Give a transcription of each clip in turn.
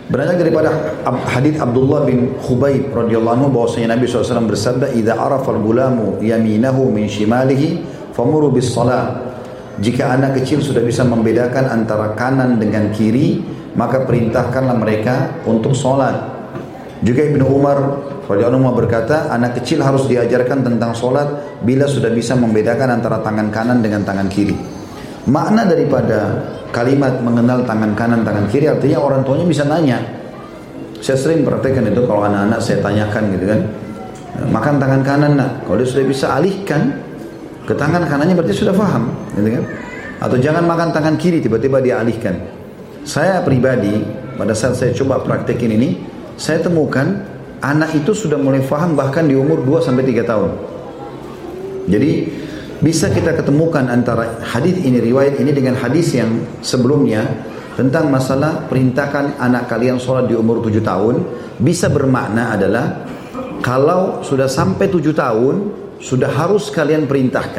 Beranjak daripada hadits Abdullah bin Khubayb radhiyallahu anhu bahwasanya Nabi SAW bersabda, "Idza arafa al-gulamu yaminahu min shimalihi famuru bis shalah." Jika anak kecil sudah bisa membedakan antara kanan dengan kiri, maka perintahkanlah mereka untuk sholat. Juga Ibnu Umar radhiyallahu anhu berkata, anak kecil harus diajarkan tentang sholat bila sudah bisa membedakan antara tangan kanan dengan tangan kiri. Makna daripada kalimat mengenal tangan kanan, tangan kiri artinya orang tuanya bisa nanya. Saya sering praktekkan itu kalau anak-anak saya tanyakan gitu kan, makan tangan kanan nak, kalau dia sudah bisa alihkan ke tangan kanannya berarti sudah paham gitu kan. Atau jangan makan tangan kiri, tiba-tiba dia alihkan. Saya pribadi pada saat saya coba praktekin ini, saya temukan anak itu sudah mulai paham bahkan di umur 2-3 tahun. Jadi bisa kita ketemukan antara hadis ini, riwayat ini dengan hadis yang sebelumnya tentang masalah perintahkan anak kalian sholat di umur 7 tahun. Bisa bermakna adalah kalau sudah sampai 7 tahun sudah harus kalian perintahkan.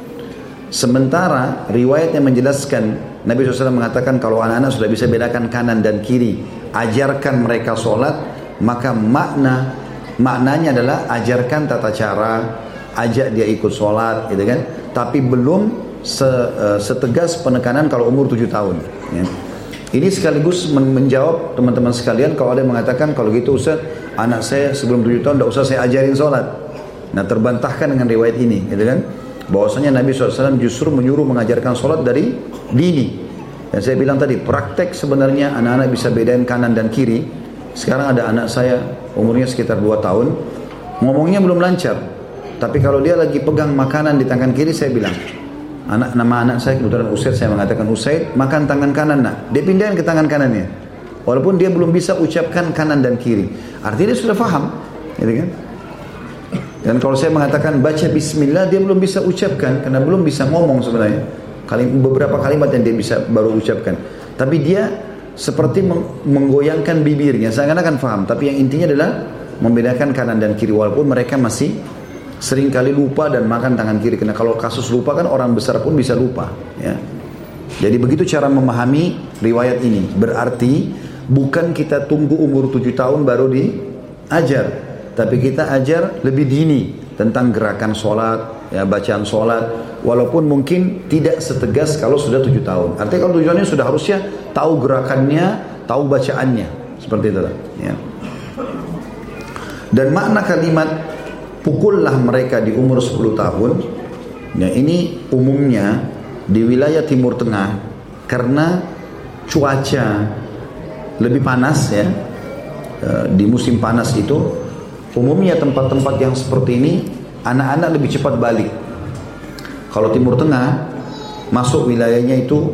Sementara riwayat yang menjelaskan Nabi SAW mengatakan kalau anak-anak sudah bisa bedakan kanan dan kiri, ajarkan mereka sholat, maka maknanya adalah ajarkan tata cara, ajak dia ikut sholat gitu kan. Tapi belum setegas penekanan kalau umur 7 tahun ya. Ini sekaligus menjawab teman-teman sekalian kalau ada yang mengatakan kalau gitu Ustaz, anak saya sebelum 7 tahun tidak usah saya ajarin sholat. Nah terbantahkan dengan riwayat ini gitu kan, bahwasanya Nabi SAW justru menyuruh mengajarkan sholat dari dini. Dan saya bilang tadi praktek sebenarnya anak-anak bisa bedain kanan dan kiri. Sekarang ada anak saya umurnya sekitar 2 tahun, ngomongnya belum lancar, tapi kalau dia lagi pegang makanan di tangan kiri, saya bilang, nama anak saya kebetulan Usaid, saya mengatakan Usaid makan tangan kanan nak, dia pindahin ke tangan kanannya, walaupun dia belum bisa ucapkan kanan dan kiri, artinya dia sudah paham gitu kan. Dan kalau saya mengatakan baca bismillah, dia belum bisa ucapkan karena belum bisa ngomong sebenarnya, beberapa kalimat yang dia bisa baru ucapkan, tapi dia seperti menggoyangkan bibirnya, seakan-akan paham, tapi yang intinya adalah membedakan kanan dan kiri, walaupun mereka masih sering kali lupa dan makan tangan kiri, karena kalau kasus lupa kan orang besar pun bisa lupa ya. Jadi begitu cara memahami riwayat ini, berarti bukan kita tunggu umur 7 tahun baru diajar, tapi kita ajar lebih dini tentang gerakan sholat ya, bacaan sholat, walaupun mungkin tidak setegas kalau sudah 7 tahun. Artinya kalau tujuannya sudah harusnya tahu gerakannya, tahu bacaannya, seperti itu ya. Dan makna kalimat pukullah mereka di umur 10 tahun ya, ini umumnya di wilayah Timur Tengah karena cuaca lebih panas ya. Di musim panas itu umumnya tempat-tempat yang seperti ini anak-anak lebih cepat balik. Kalau Timur Tengah masuk wilayahnya itu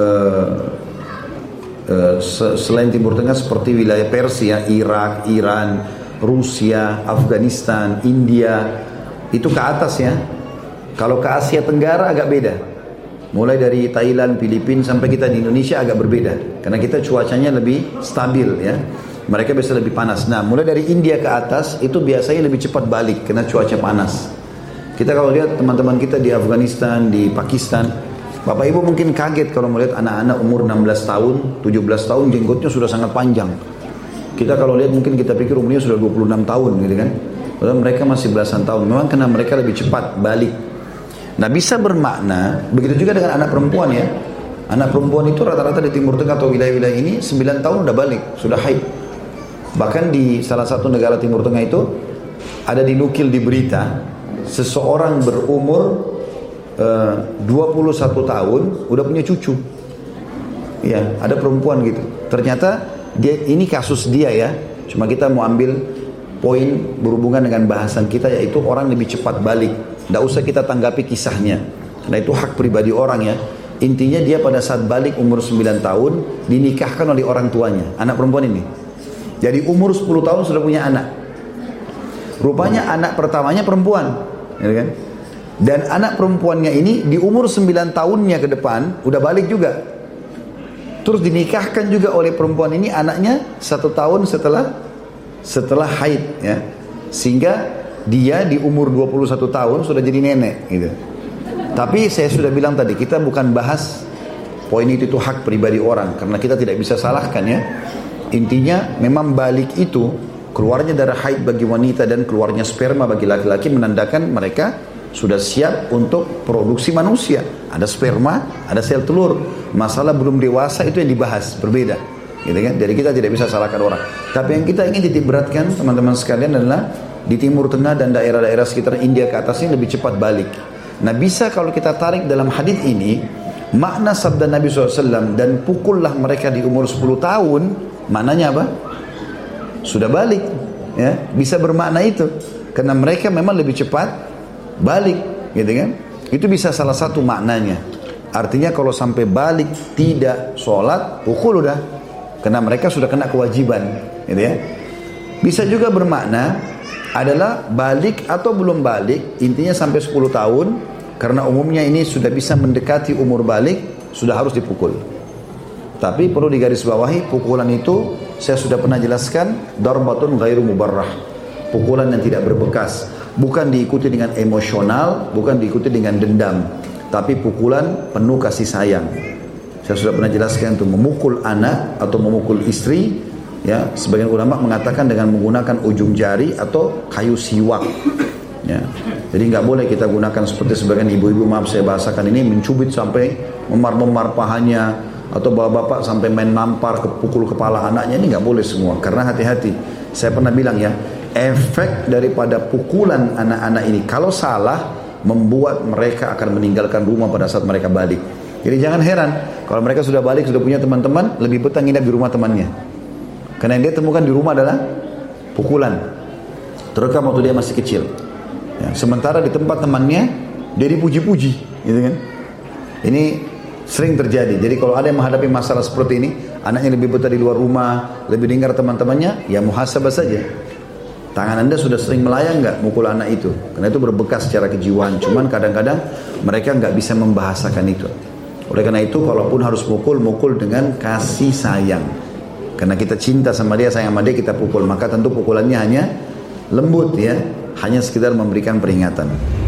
selain Timur Tengah seperti wilayah Persia, Irak, Iran, Rusia, Afghanistan, India, itu ke atas ya. Kalau ke Asia Tenggara agak beda. Mulai dari Thailand, Filipina sampai kita di Indonesia agak berbeda. Karena kita cuacanya lebih stabil ya. Mereka biasa lebih panas. Nah, mulai dari India ke atas itu biasanya lebih cepat balik karena cuaca panas. Kita kalau lihat teman-teman kita di Afghanistan, di Pakistan, Bapak Ibu mungkin kaget kalau melihat anak-anak umur 16 tahun, 17 tahun jenggotnya sudah sangat panjang. Kita kalau lihat mungkin kita pikir umurnya sudah 26 tahun gitu kan. Padahal mereka masih belasan tahun. Memang karena mereka lebih cepat balik. Nah bisa bermakna, begitu juga dengan anak perempuan ya. Anak perempuan itu rata-rata di Timur Tengah atau wilayah-wilayah ini 9 tahun udah balik, sudah haid. Bahkan di salah satu negara Timur Tengah itu ada dinukil di berita, seseorang berumur 21 tahun udah punya cucu. Ya, ada perempuan gitu. Ternyata ini kasus dia ya. Cuma kita mau ambil poin berhubungan dengan bahasan kita, yaitu orang lebih cepat balik. Tidak usah kita tanggapi kisahnya, karena itu hak pribadi orang ya. Intinya dia pada saat balik umur 9 tahun dinikahkan oleh orang tuanya, anak perempuan ini. Jadi umur 10 tahun sudah punya anak. Rupanya anak pertamanya perempuan ya kan? Dan anak perempuannya ini di umur 9 tahunnya ke depan udah balik juga. Terus dinikahkan juga oleh perempuan ini anaknya 1 tahun setelah haid ya. Sehingga dia di umur 21 tahun sudah jadi nenek gitu. Tapi saya sudah bilang tadi, kita bukan bahas poin itu hak pribadi orang, karena kita tidak bisa salahkan ya. Intinya memang balik itu, keluarnya darah haid bagi wanita dan keluarnya sperma bagi laki-laki menandakan mereka sudah siap untuk produksi manusia. Ada sperma, ada sel telur. Masalah belum dewasa itu yang dibahas, berbeda. Gitu kan? Jadi kita tidak bisa salahkan orang. Tapi yang kita ingin titik beratkan teman-teman sekalian adalah di Timur Tengah dan daerah-daerah sekitar India ke atas ini lebih cepat balik. Nah bisa kalau kita tarik dalam hadis ini, makna sabda Nabi SAW, dan pukullah mereka di umur 10 tahun, maknanya apa? Sudah balik. Ya, bisa bermakna itu. Karena mereka memang lebih cepat balik. Gitu kan? Itu bisa salah satu maknanya. Artinya kalau sampai balik tidak sholat, pukul udah. Karena mereka sudah kena kewajiban. Gitu ya. Bisa juga bermakna adalah balik atau belum balik, intinya sampai 10 tahun, karena umumnya ini sudah bisa mendekati umur balik, sudah harus dipukul. Tapi perlu digarisbawahi, pukulan itu saya sudah pernah jelaskan, darbatun ghairu mubarrah, pukulan yang tidak berbekas, bukan diikuti dengan emosional, bukan diikuti dengan dendam, tapi pukulan penuh kasih sayang. Saya sudah pernah jelaskan untuk memukul anak atau memukul istri. Ya, sebagian ulama mengatakan dengan menggunakan ujung jari atau kayu siwak. Ya, jadi nggak boleh kita gunakan seperti sebagian ibu-ibu, maaf saya bahasakan ini, mencubit sampai memar-memar pahanya, atau bapak-bapak sampai main nampar pukul kepala anaknya. Ini nggak boleh semua. Karena hati-hati. Saya pernah bilang ya, efek daripada pukulan anak-anak ini kalau salah membuat mereka akan meninggalkan rumah pada saat mereka balik. Jadi jangan heran kalau mereka sudah balik, sudah punya teman-teman, lebih betah nginap di rumah temannya. Karena yang dia temukan di rumah adalah pukulan, terutama waktu dia masih kecil. Ya, sementara di tempat temannya dia dipuji-puji, gitu kan? Ini sering terjadi. Jadi kalau ada yang menghadapi masalah seperti ini, anaknya lebih betah di luar rumah, lebih dengar teman-temannya, ya muhasabah saja. Tangan Anda sudah sering melayang nggak mukul anak itu? Karena itu berbekas secara kejiwaan. Cuman kadang-kadang mereka nggak bisa membahasakan itu. Oleh karena itu, kalaupun harus mukul dengan kasih sayang. Karena kita cinta sama dia, sayang sama dia, kita pukul. Maka tentu pukulannya hanya lembut ya, hanya sekedar memberikan peringatan.